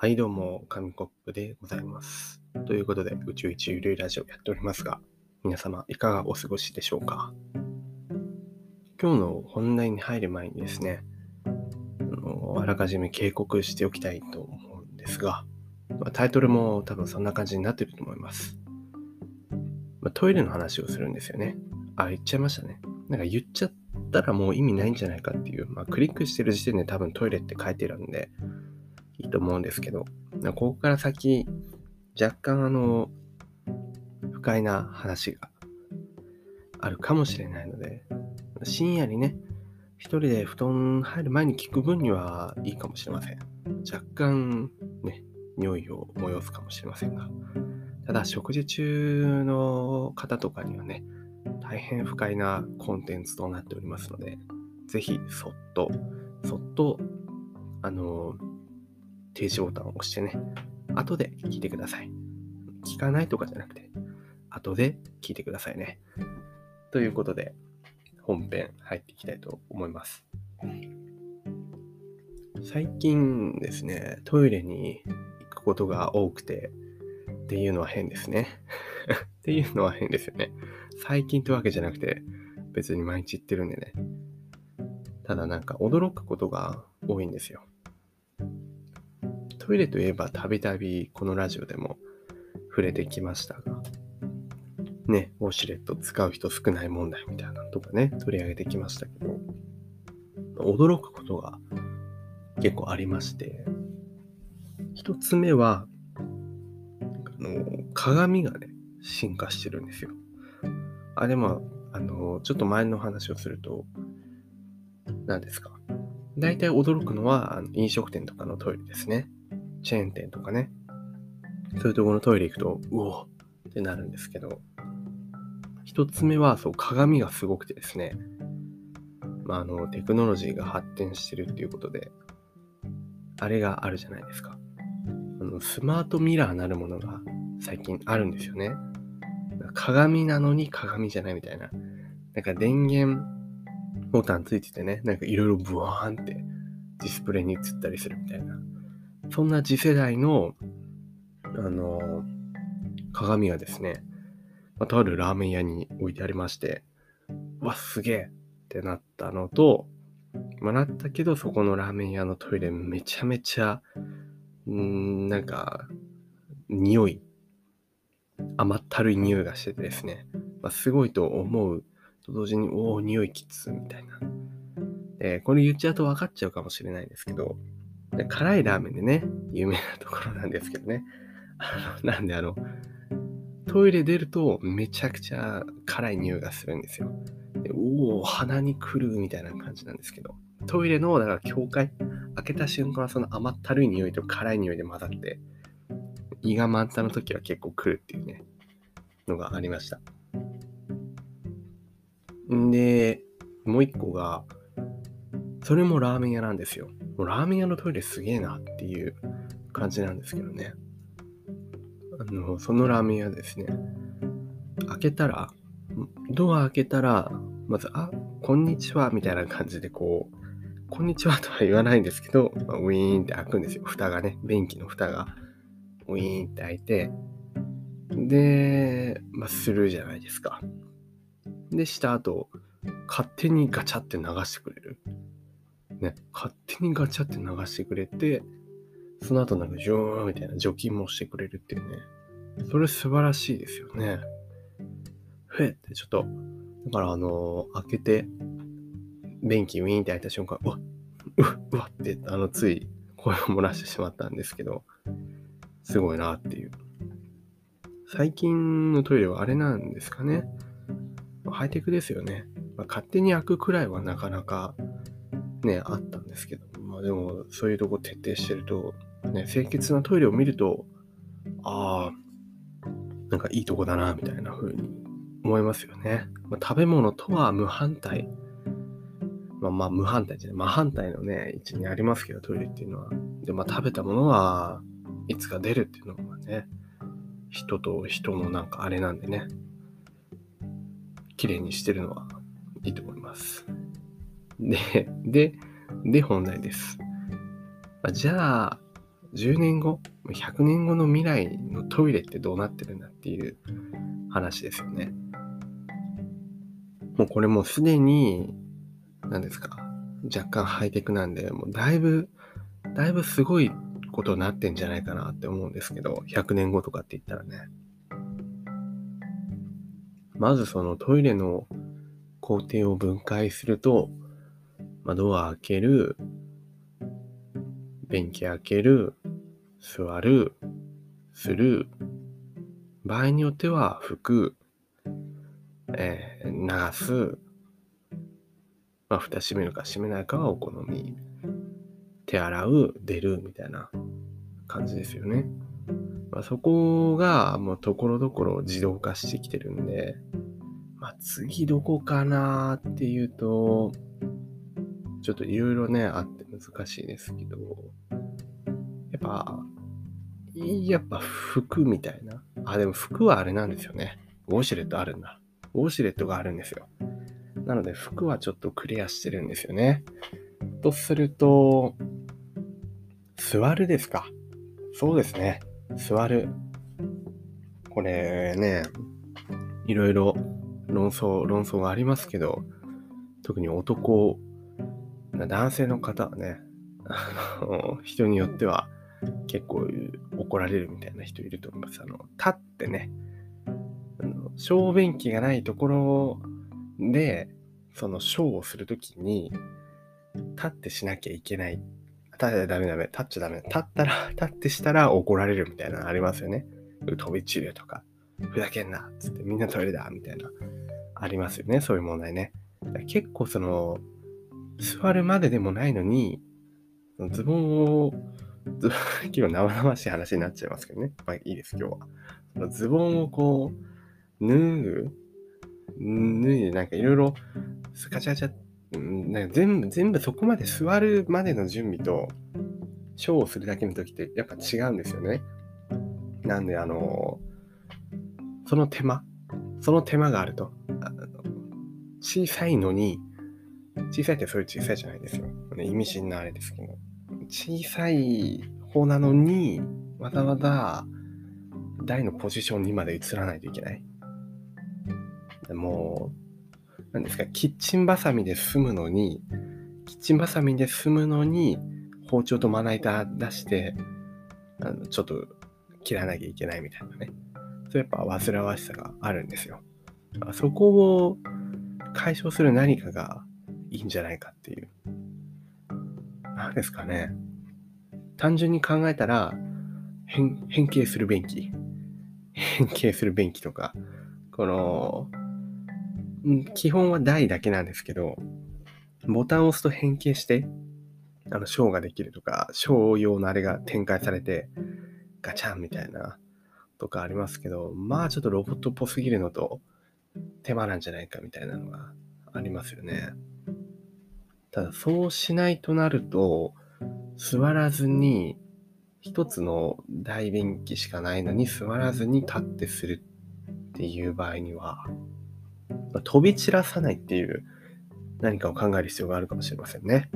はいどうも、紙コップでございます。ということで、宇宙一ゆるいラジオやっておりますが、皆様いかがお過ごしでしょうか。今日の本題に入る前にですね、あらかじめ警告しておきたいと思うんですが、タイトルも多分そんな感じになってると思います。トイレの話をするんですよね。言っちゃいましたね。なんか言っちゃったらもう意味ないんじゃないかっていう、クリックしてる時点で多分トイレって書いてるんで、いいと思うんですけど、ここから先、若干不快な話があるかもしれないので、深夜にね、一人で布団入る前に聞く分にはいいかもしれません。若干ね、匂いを催すかもしれませんが、ただ食事中の方とかにはね、大変不快なコンテンツとなっておりますので、ぜひそっと、停止ボタンを押してね、後で聞いてください。聞かないとかじゃなくて、後で聞いてくださいね。ということで、本編入っていきたいと思います。最近ですね、トイレに行くことが多くて、っていうのは変ですね。っていうのは変ですよね。最近ってわけじゃなくて、別に毎日行ってるんでね。ただなんか驚くことが多いんですよ。トイレといえばたびたびこのラジオでも触れてきましたが、ね、ウォシュレット使う人少ない問題みたいなのとかね、取り上げてきましたけど、驚くことが結構ありまして、一つ目は、鏡がね、進化してるんですよ。でも、ちょっと前の話をすると、何ですか。大体驚くのは、飲食店とかのトイレですね。チェーン店とかね。そういうところのトイレ行くと、うおってなるんですけど、一つ目は、鏡がすごくてですね、テクノロジーが発展してるっていうことで、あれがあるじゃないですか。スマートミラーなるものが最近あるんですよね。鏡なのに鏡じゃないみたいな。なんか電源ボタンついててね、なんかいろいろブワーンってディスプレイに映ったりするみたいな。そんな次世代の、鏡がですね、とあるラーメン屋に置いてありまして、わ、すげえってなったのと、なったけど、そこのラーメン屋のトイレめちゃめちゃ、なんか、匂い、甘ったるい匂いがしててですね、すごいと思うと同時に、匂いきつみたいな。これ言っちゃうと分かっちゃうかもしれないんですけど、辛いラーメンでね、有名なところなんですけどね。なんでトイレ出るとめちゃくちゃ辛い匂いがするんですよ。で鼻に来るみたいな感じなんですけど、トイレの、だから境界、開けた瞬間はその甘ったるい匂いと辛い匂いで混ざって、胃が満タンの時は結構来るっていうね、のがありました。んで、もう一個が、それもラーメン屋なんですよ。もうラーメン屋のトイレすげえなっていう感じなんですけどね。そのラーメン屋ですね。ドア開けたら、まず、こんにちはみたいな感じでこんにちはとは言わないんですけど、ウィーンって開くんですよ。蓋がね、便器の蓋がウィーンって開いて、で、するじゃないですか。で、した後、勝手にガチャって流してくれる。ね、勝手にガチャって流してくれて、その後なんかジョーンみたいな除菌もしてくれるっていうね。それ素晴らしいですよね。ってちょっと、だから開けて、便器ウィーンって開いた瞬間、うわって、つい声を漏らしてしまったんですけど、すごいなっていう。最近のトイレはあれなんですかね。ハイテクですよね。勝手に開くくらいはなかなかね、あったんですけど、でもそういうとこ徹底してると、ね、清潔なトイレを見ると、なんかいいとこだな、みたいな風に思いますよね。食べ物とは無反対。無反対じゃない、真反対のね、位置にありますけど、トイレっていうのは。で、食べたものはいつか出るっていうのがね、人と人のなんかあれなんでね、綺麗にしてるのはいいと思います。で、本題です。じゃあ、 10年後、100年後の未来のトイレってどうなってるんだっていう話ですよね。もうこれもうすでに、何ですか、若干ハイテクなんで、もうだいぶすごいことになってんじゃないかなって思うんですけど、100年後とかって言ったらね。まずそのトイレの工程を分解すると、ドア開ける、便器開ける、座る、する、場合によっては拭く、流す、蓋閉めるか閉めないかはお好み、手洗う、出るみたいな感じですよね。そこがもうところどころ自動化してきてるんで、次どこかなっていうと、ちょっといろいろね、あって難しいですけど、やっぱ服みたいな。でも服はあれなんですよね。ウォシュレットあるんだ。ウォシュレットがあるんですよ。なので服はちょっとクリアしてるんですよね。とすると、座るですか。そうですね。座る。これね、いろいろ論争がありますけど、特に男性の方はね、人によっては結構怒られるみたいな人いると思います。立ってね、小便器がないところで、その小をするときに、立ってしなきゃいけない。立っちゃダメ。立ってしたら怒られるみたいなのありますよね。飛び散るとか、ふざけんなつってみんなトイレだみたいな、ありますよね。そういう問題ね。結構座るまででもないのに、ズボンを、結構生々しい話になっちゃいますけどね。いいです、今日は。ズボンをこう、脱いでなんかいろいろスカチャチャなんか全部そこまで座るまでの準備とショーをするだけの時ってやっぱ違うんですよね。なんでその手間があると、小さいのに、小さいってそういう小さいじゃないですよ。意味深なあれですけど、小さい方なのにわざわざ台のポジションにまで移らないといけない。もう何ですか、キッチンバサミで済むのに包丁とまな板出してちょっと切らなきゃいけないみたいなね。そうやっぱ煩わしさがあるんですよ。そこを解消する何かがいいんじゃないかっていう。何ですかね。単純に考えたら変形する便器とか、基本は台だけなんですけど、ボタンを押すと変形してショーができるとか、ショー用のあれが展開されてガチャンみたいなとかありますけど、ちょっとロボットっぽすぎるのと手間なんじゃないかみたいなのがありますよね。ただそうしないとなると、座らずに一つの大便器しかないのに座らずに立ってするっていう場合には、飛び散らさないっていう何かを考える必要があるかもしれませんね。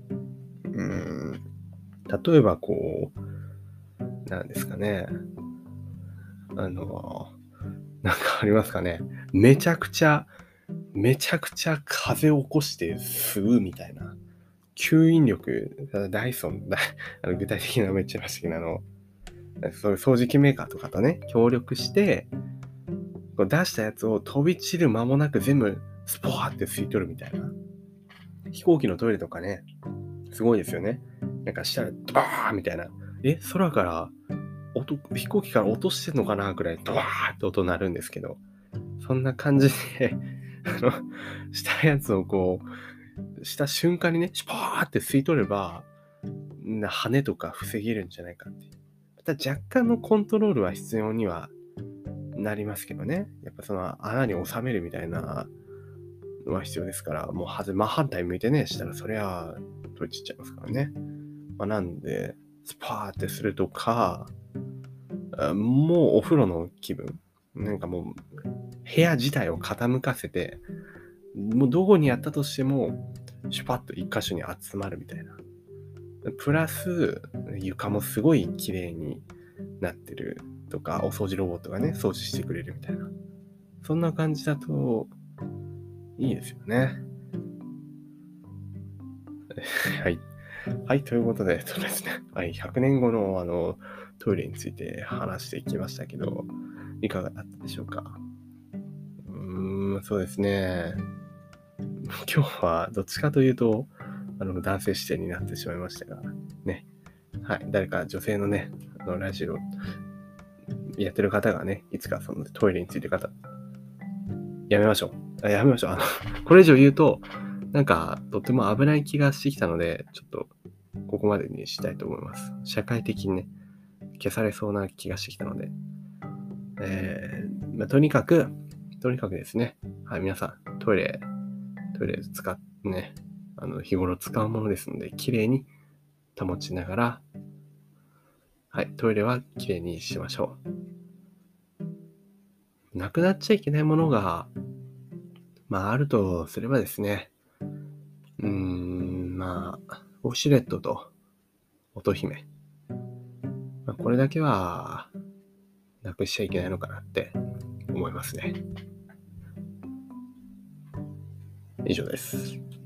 例えばなんですかね。なんかありますかね。めちゃくちゃ風を起こして吸うみたいな。吸引力、ダイソン、具体的なめっちゃいましたけど、そういう掃除機メーカーとかとね、協力して、出したやつを飛び散る間もなく全部スポーって吸い取るみたいな。飛行機のトイレとかね、すごいですよね。なんかしたらバーみたいな。空から飛行機から落としてんのかなくらいドワーって音鳴るんですけど、そんな感じでしたやつをした瞬間にね、シュポーって吸い取れば、羽とか防げるんじゃないかっていう。また若干のコントロールは必要にはなりますけどね。やっぱその穴に収めるみたいなのは必要ですから、もう真反対向いてね、したらそりゃ取り散っちゃいますからね。なんで、スパーってするとか、もうお風呂の気分。なんかもう部屋自体を傾かせて、もうどこにやったとしても、シュパッと一箇所に集まるみたいな。 プラス床もすごい綺麗になってるとか、お掃除ロボットがね、掃除してくれるみたいな。そんな感じだといいですよね。はい。はい、ということで、そうですね。はい、100年後のトイレについて話していきましたけど、いかがだったでしょうか。そうですね。今日はどっちかというと、男性視点になってしまいましたが、ね。はい、誰か女性のね、ラジオやってる方がね、いつかそのトイレについてやめましょう。やめましょう。これ以上言うと、なんか、とても危ない気がしてきたので、ちょっと、ここまでにしたいと思います。社会的にね、消されそうな気がしてきたので、とにかくですね、はい、皆さん、トイレ使ってね、日頃使うものですので、綺麗に保ちながら、はい、トイレは綺麗にしましょう。なくなっちゃいけないものが、あるとすればですね、ウォシュレットと乙姫。これだけは、なくしちゃいけないのかなって思いますね。以上です。